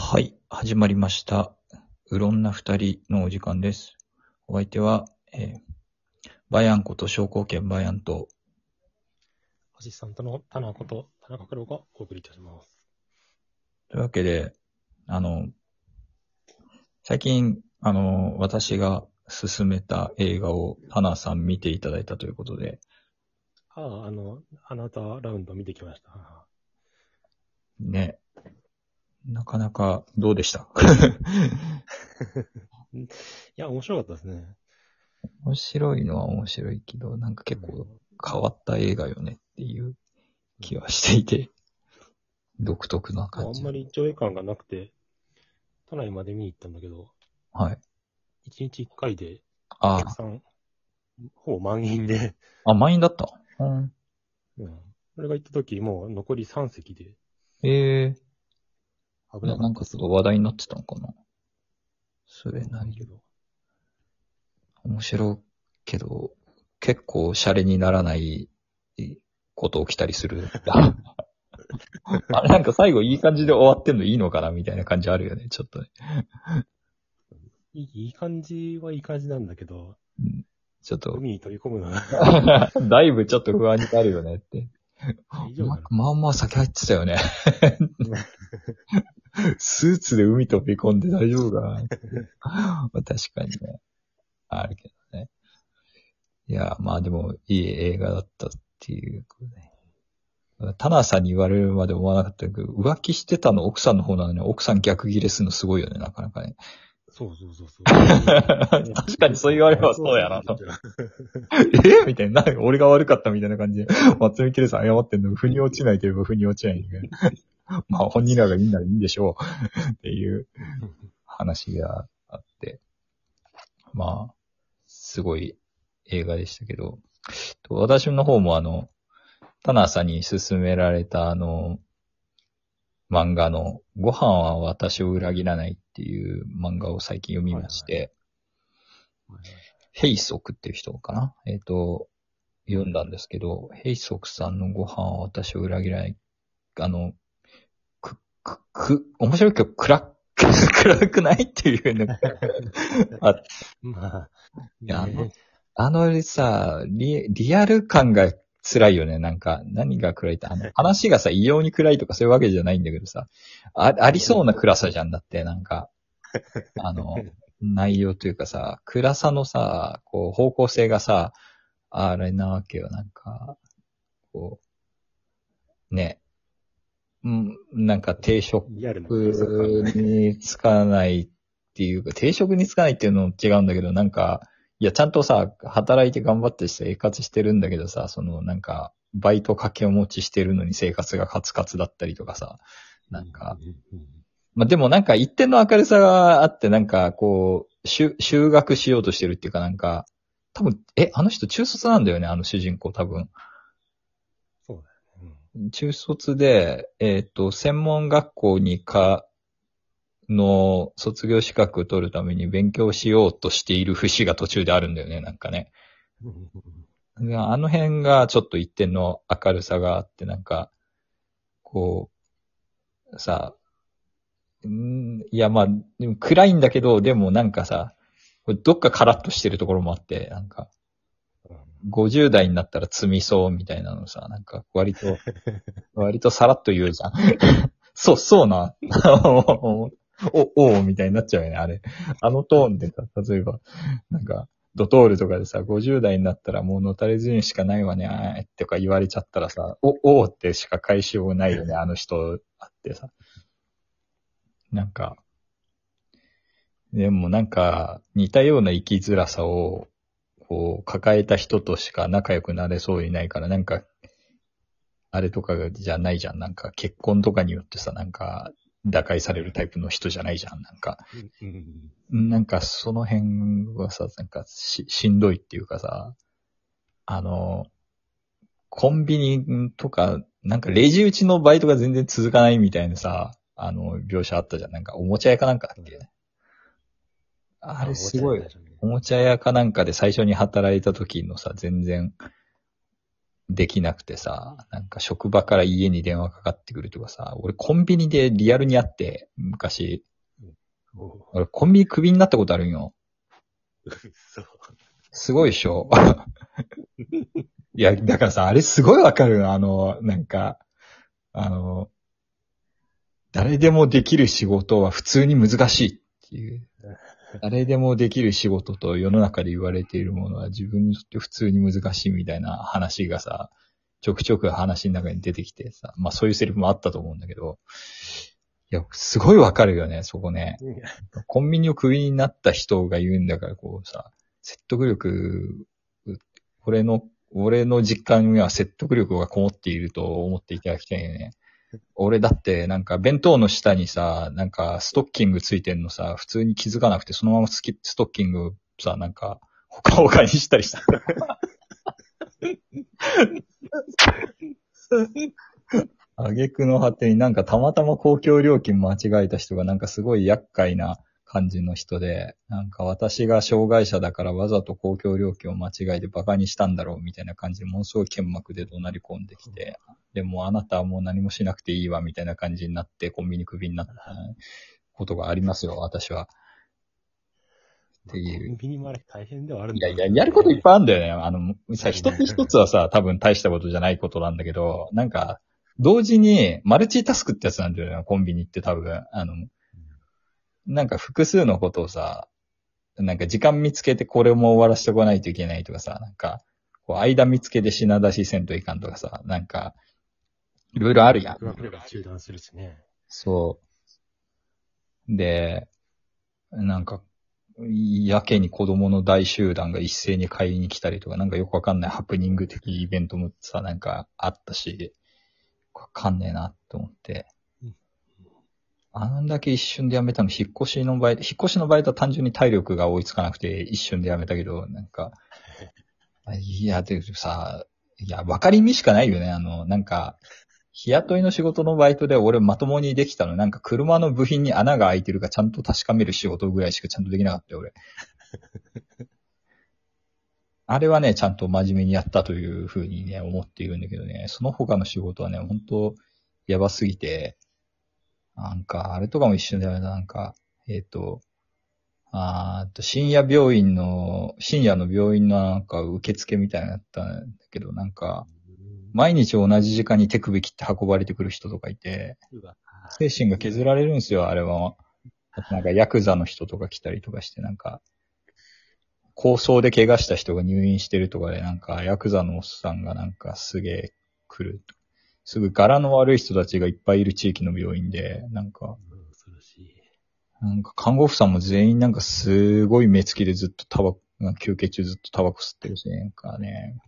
はい、始まりました。うろんな二人のお時間です。お相手は、バヤンこと商工研バヤンと、 アシスタントの田中こと田中黒がお送りいたします。 というわけで、あの、最近、私が勧めた映画をタナさん見ていただいたということで、 あなたラウンド見てきました。 ね、なかなかどうでした？ いや、面白かったですね。 面白いのは面白いけど、なんか結構うん変わった映画よねっていううん気はしていて、独特な感じ。 あんまり上映感がなくて、都内まで見に行ったんだけど、 はい。 1日1回でお客あさん、ほぼ満員で、 あ、満員だった。うん。 うん、俺が行った時、もう残り3席でええ、 危なね、なんかちょっとかったっすわ。 話題になってたのかな。それわかなりに。 んないけど。 面白いけど、結構シャレにならないこと起きたりする。あれなんか最後いい感じで終わってんのいいのかなみたいな感じあるよね、ちょっとね。 いい感じはいい感じなんだけど、 うん、ちょっと、 海に飛び込むのはだいぶちょっと不安になるよねって。 大丈夫かな。 まあまあ酒入ってたよね。スーツで海飛び込んで大丈夫かなって。まあ確かにね。あるけどね。いや、まあでもいい映画だったっていうことで。タナさんに言われるまで思わなかったけど、浮気してたの奥さんの方なのに、奥さん逆ギレするのすごいよね、なかなかね。 そうそうそうそう。 確かにそう言われればそうやなと。みたいな、俺が悪かったみたいな感じで、松見ケレさん謝ってんの、腑に落ちないといえば腑に落ちないんだけど。まあ本人らがいいならいいんでしょう。っていう話があって。まあ、すごい映画でしたけど、私の方もタナさんに勧められた漫画のご飯は私を裏切らないっていう漫画を最近読みまして、ヘイソクっていう人かな読んだんですけど、ヘイソクさんのご飯は私を裏切らない。あの、面白いけど暗くないっていうのがあ、 まあ、 いや、 ねリアル感が辛いよね。なんか、何が暗いって、話がさ、異様に暗いとかそういうわけじゃないんだけどさ、ありそうな暗さじゃんだって、なんか、あの、内容というかさ、暗さのさ、こう、方向性がさ、あれなわけよ。なんか、こね、うん、なんか定食リアルな空想感がね。 につかないっていうか、定食につかないっていうのも違うんだけど、なんか、いや、ちゃんとさ、働いて頑張って生活してるんだけどさ、なんか、バイト掛け持ちしてるのに生活がカツカツだったりとかさ、なんか、まあ、でもなんか一定の明るさがあって、なんか、こう、修学しようとしてるっていうかなんか、多分、あの人中卒なんだよね、あの主人公多分。 そうだよね。 中卒で、専門学校の卒業資格を取るために勉強しようとしている節が途中であるんだよね、なんかね。あの辺がちょっと一点の明るさがあって、なんか、こう、さ、いやまあ、でも暗いんだけど、でもなんかさ、どっかカラッとしてるところもあって、なんか、50代になったら積みそうみたいなのさ、なんか割とさらっと言うじゃん。そうな。おうみたいになっちゃうよね、あれ。あのトーンでさ、例えば、なんか、ドトールとかでさ、50代になったらもうのたれ死にしかないわね、とか言われちゃったらさ、おうってしか返しようがないよね、あの人あってさ。なんか、でもなんか、似たような生きづらさを、こう、抱えた人としか仲良くなれそうにないから、なんか、あれとかじゃないじゃん。なんか、結婚とかによってさ、なんか、打開されるタイプの人じゃないじゃん。なんか、なんかその辺はさ、なんかしんどいっていうかさ、あの、コンビニとか、なんかレジ打ちのバイトが全然続かないみたいなさ、描写あったじゃん。なんかおもちゃ屋かなんかだっけ、あれお茶屋すごい、 最初に。 おもちゃ屋かなんかで最初に働いた時のさ、全然、 できなくてさ、なんか職場から家に電話かかってくるとかさ、俺コンビニでリアルに会って、昔、俺コンビニクビになったことあるんよ。 そう。 すごいでしょ。いや、だからさ、あれすごいわかる。なんか、あの、誰でもできる仕事は普通に難しいっていう。誰でもできる仕事と世の中で言われているものは自分にとって普通に難しいみたいな話がさ、ちょくちょく話の中に出てきてさ、まあそういうセリフもあったと思うんだけど、いや、すごいわかるよね、そこね。コンビニをクビになった人が言うんだから、こうさ、説得力、俺の実感には説得力がこもっていると思っていただきたいよね。俺だってなんか弁当の下にさ、なんかストッキングついてんのさ、普通に気づかなくてそのままストッキングさ、なんか、ほかほかにしたりした。挙句の果てになんかたまたま公共料金間違えた人がなんかすごい厄介な感じの人で、なんか私が障害者だからわざと公共料金を間違えてバカにしたんだろうみたいな感じでものすごい剣幕で怒鳴り込んできて、でもあなたはもう何もしなくていいわみたいな感じになってコンビニクビになったことがありますよ、私は。っていう。 コンビニもあれ大変ではあるんいやいや、 だろうね。 やることいっぱいあるんだよね。さ、一つ一つはさ、多分大したことじゃないことなんだけど、なんか、同時にマルチタスクってやつなんだよね、コンビニって多分。なんか複数のことをさ、なんか時間見つけてこれも終わらせておかないといけないとかさ、なんか、こう間見つけて品出しせんといかんとかさ、なんか、いろいろあるやん。 ワクワクが中断するしね。 そう。で、なんか、やけに子供の大集団が一斉に買いに来たりとか、なんかよくわかんないハプニング的イベントもさ、なんかあったし、わかんねえなって思って。あんだけ一瞬でやめたの、引っ越しの場合と単純に体力が追いつかなくて一瞬でやめたけど、なんか、いや、でさ、いや、わかりみしかないよね。なんか、日雇いの仕事のバイトで俺まともにできたの、なんか車の部品に穴が開いてるかちゃんと確かめる仕事ぐらいしかちゃんとできなかったよ、俺。あれはね、ちゃんと真面目にやったというふうにね、思っているんだけどね、その他の仕事はね、本当やばすぎて、なんか、あれとかも一緒だよね、なんか、深夜の病院のなんか受付みたいなのやったんだけど、なんか、毎日同じ時間に手首切って運ばれてくる人とかいて、精神が削られるんですよ、あれは。あとなんかヤクザの人とか来たりとかして、なんか、抗争で怪我した人が入院してるとかで、なんか、ヤクザのおっさんがなんかすげえ来る。すぐ柄の悪い人たちがいっぱいいる地域の病院で、なんか看護婦さんも全員なんかすごい目つきでずっと休憩中ずっとタバコ吸ってるし、なんかね、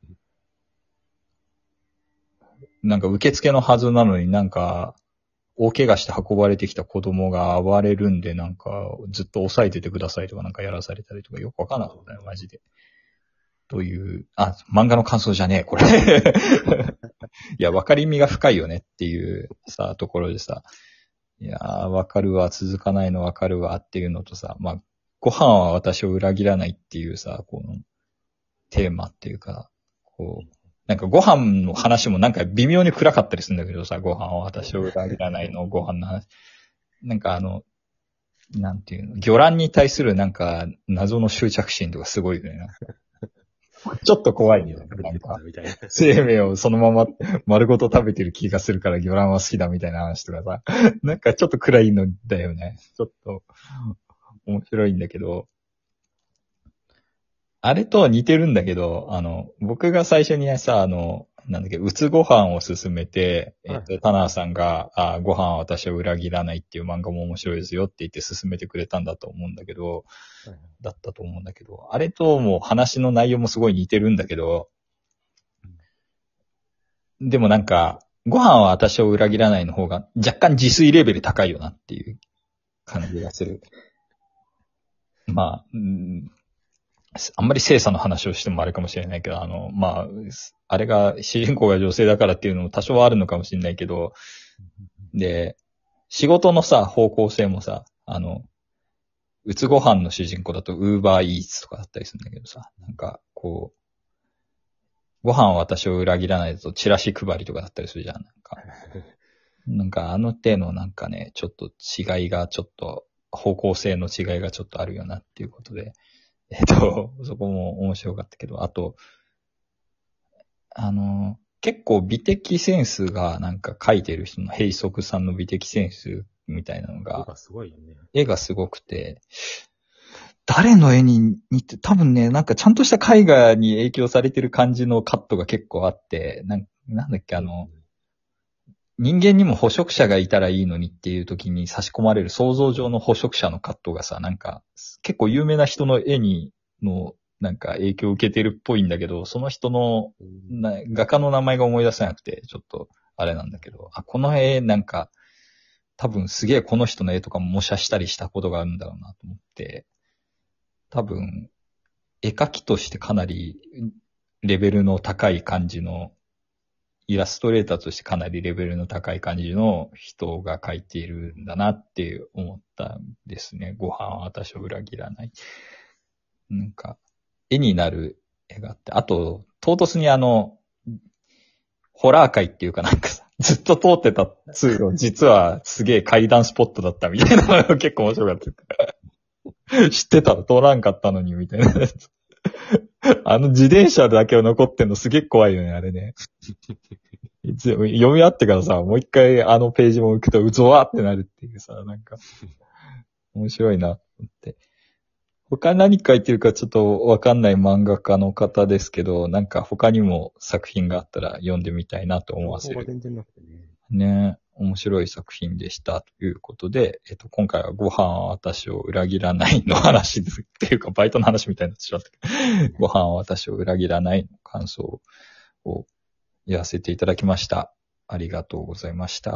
なんか受付のはずなのになんか、大怪我して運ばれてきた子供が暴れるんで、なんか、ずっと抑えててくださいとかなんかやらされたりとかよくわかんなかったよ、マジで。という、漫画の感想じゃねえ、これ。いや、わかりみが深いよねっていうさ、ところでさ、いやー、わかるわ、続かないのわかるわっていうのとさ、まあ、ご飯は私を裏切らないっていうさ、このテーマっていうか、こう、なんかご飯の話もなんか微妙に暗かったりするんだけどさ、ご飯は私を裏切らないのご飯の話。なんかなんていうの、魚卵に対するなんか謎の執着心とかすごいよね。ちょっと怖いね。なんか、生命をそのまま丸ごと食べてる気がするから魚卵は好きだみたいな話とかさ、なんかちょっと暗いのだよね。ちょっと面白いんだけど、あれとは似てるんだけど、僕が最初にさ、なんだっけ、うつご飯を勧めて、タナーさんが、ご飯は私を裏切らないっていう漫画も面白いですよって言って勧めてくれたんだと思うんだけど、だったと思うんだけど、あれとも話の内容もすごい似てるんだけど、でもなんか、ご飯は私を裏切らないの方が若干自炊レベル高いよなっていう感じがする。まあ、あんまり性差の話をしてもあれかもしれないけど、まあ、あれが、主人公が女性だからっていうのも多少はあるのかもしれないけど、で、仕事のさ、方向性もさ、うつご飯の主人公だとウーバーイーツとかだったりするんだけどさ、なんか、こう、 ご飯は私を裏切らないとチラシ配りとかだったりするじゃん。なんかあの手のなんかね、ちょっと違いがちょっと、方向性の違いがちょっとあるよなっていうことで、そこも面白かったけど、あと、結構美的センスがなんか書いてる人の閉塞さんの美的センスみたいなの絵が、 がすごいよね。 絵がすごくて、誰の絵に似て、多分ね、なんかちゃんとした絵画に影響されてる感じのカットが結構あって、なんだっけ、人間にも捕食者がいたらいいのにっていう時に差し込まれる想像上の捕食者のカットがさ、なんか、結構有名な人の絵の、なんか影響を受けてるっぽいんだけど、その人の画家の名前が思い出せなくて、ちょっと、あれなんだけど、この絵なんか、多分すげえこの人の絵とかも模写したりしたことがあるんだろうなと思って、多分、絵描きとしてかなりレベルの高い感じの、イラストレーターとしてかなりレベルの高い感じの人が描いているんだなって思ったんですね。ご飯は私を裏切らない。なんか、絵になる絵があって、あと、唐突にホラー界っていうかなんかさ、ずっと通ってた通路、実はすげえ階段スポットだったみたいなのが結構面白かった。知ってたの通らんかったのにみたいなやつ。自転車だけ残ってんのすげえ怖いよね、あれね。読み終わってからさ、もう一回あのページも行くとうぞわってなるっていうさ、なんか、面白いなと思って。他何書いてるかちょっとわかんない漫画家の方ですけど、なんか他にも作品があったら読んでみたいなと思わせる。 全然なくてね。 ね、面白い作品でしたということで、今回はご飯は私を裏切らないの話ですっていうか、バイトの話みたいになってしまったけど、ご飯は私を裏切らないの感想を言わせていただきました。ありがとうございました。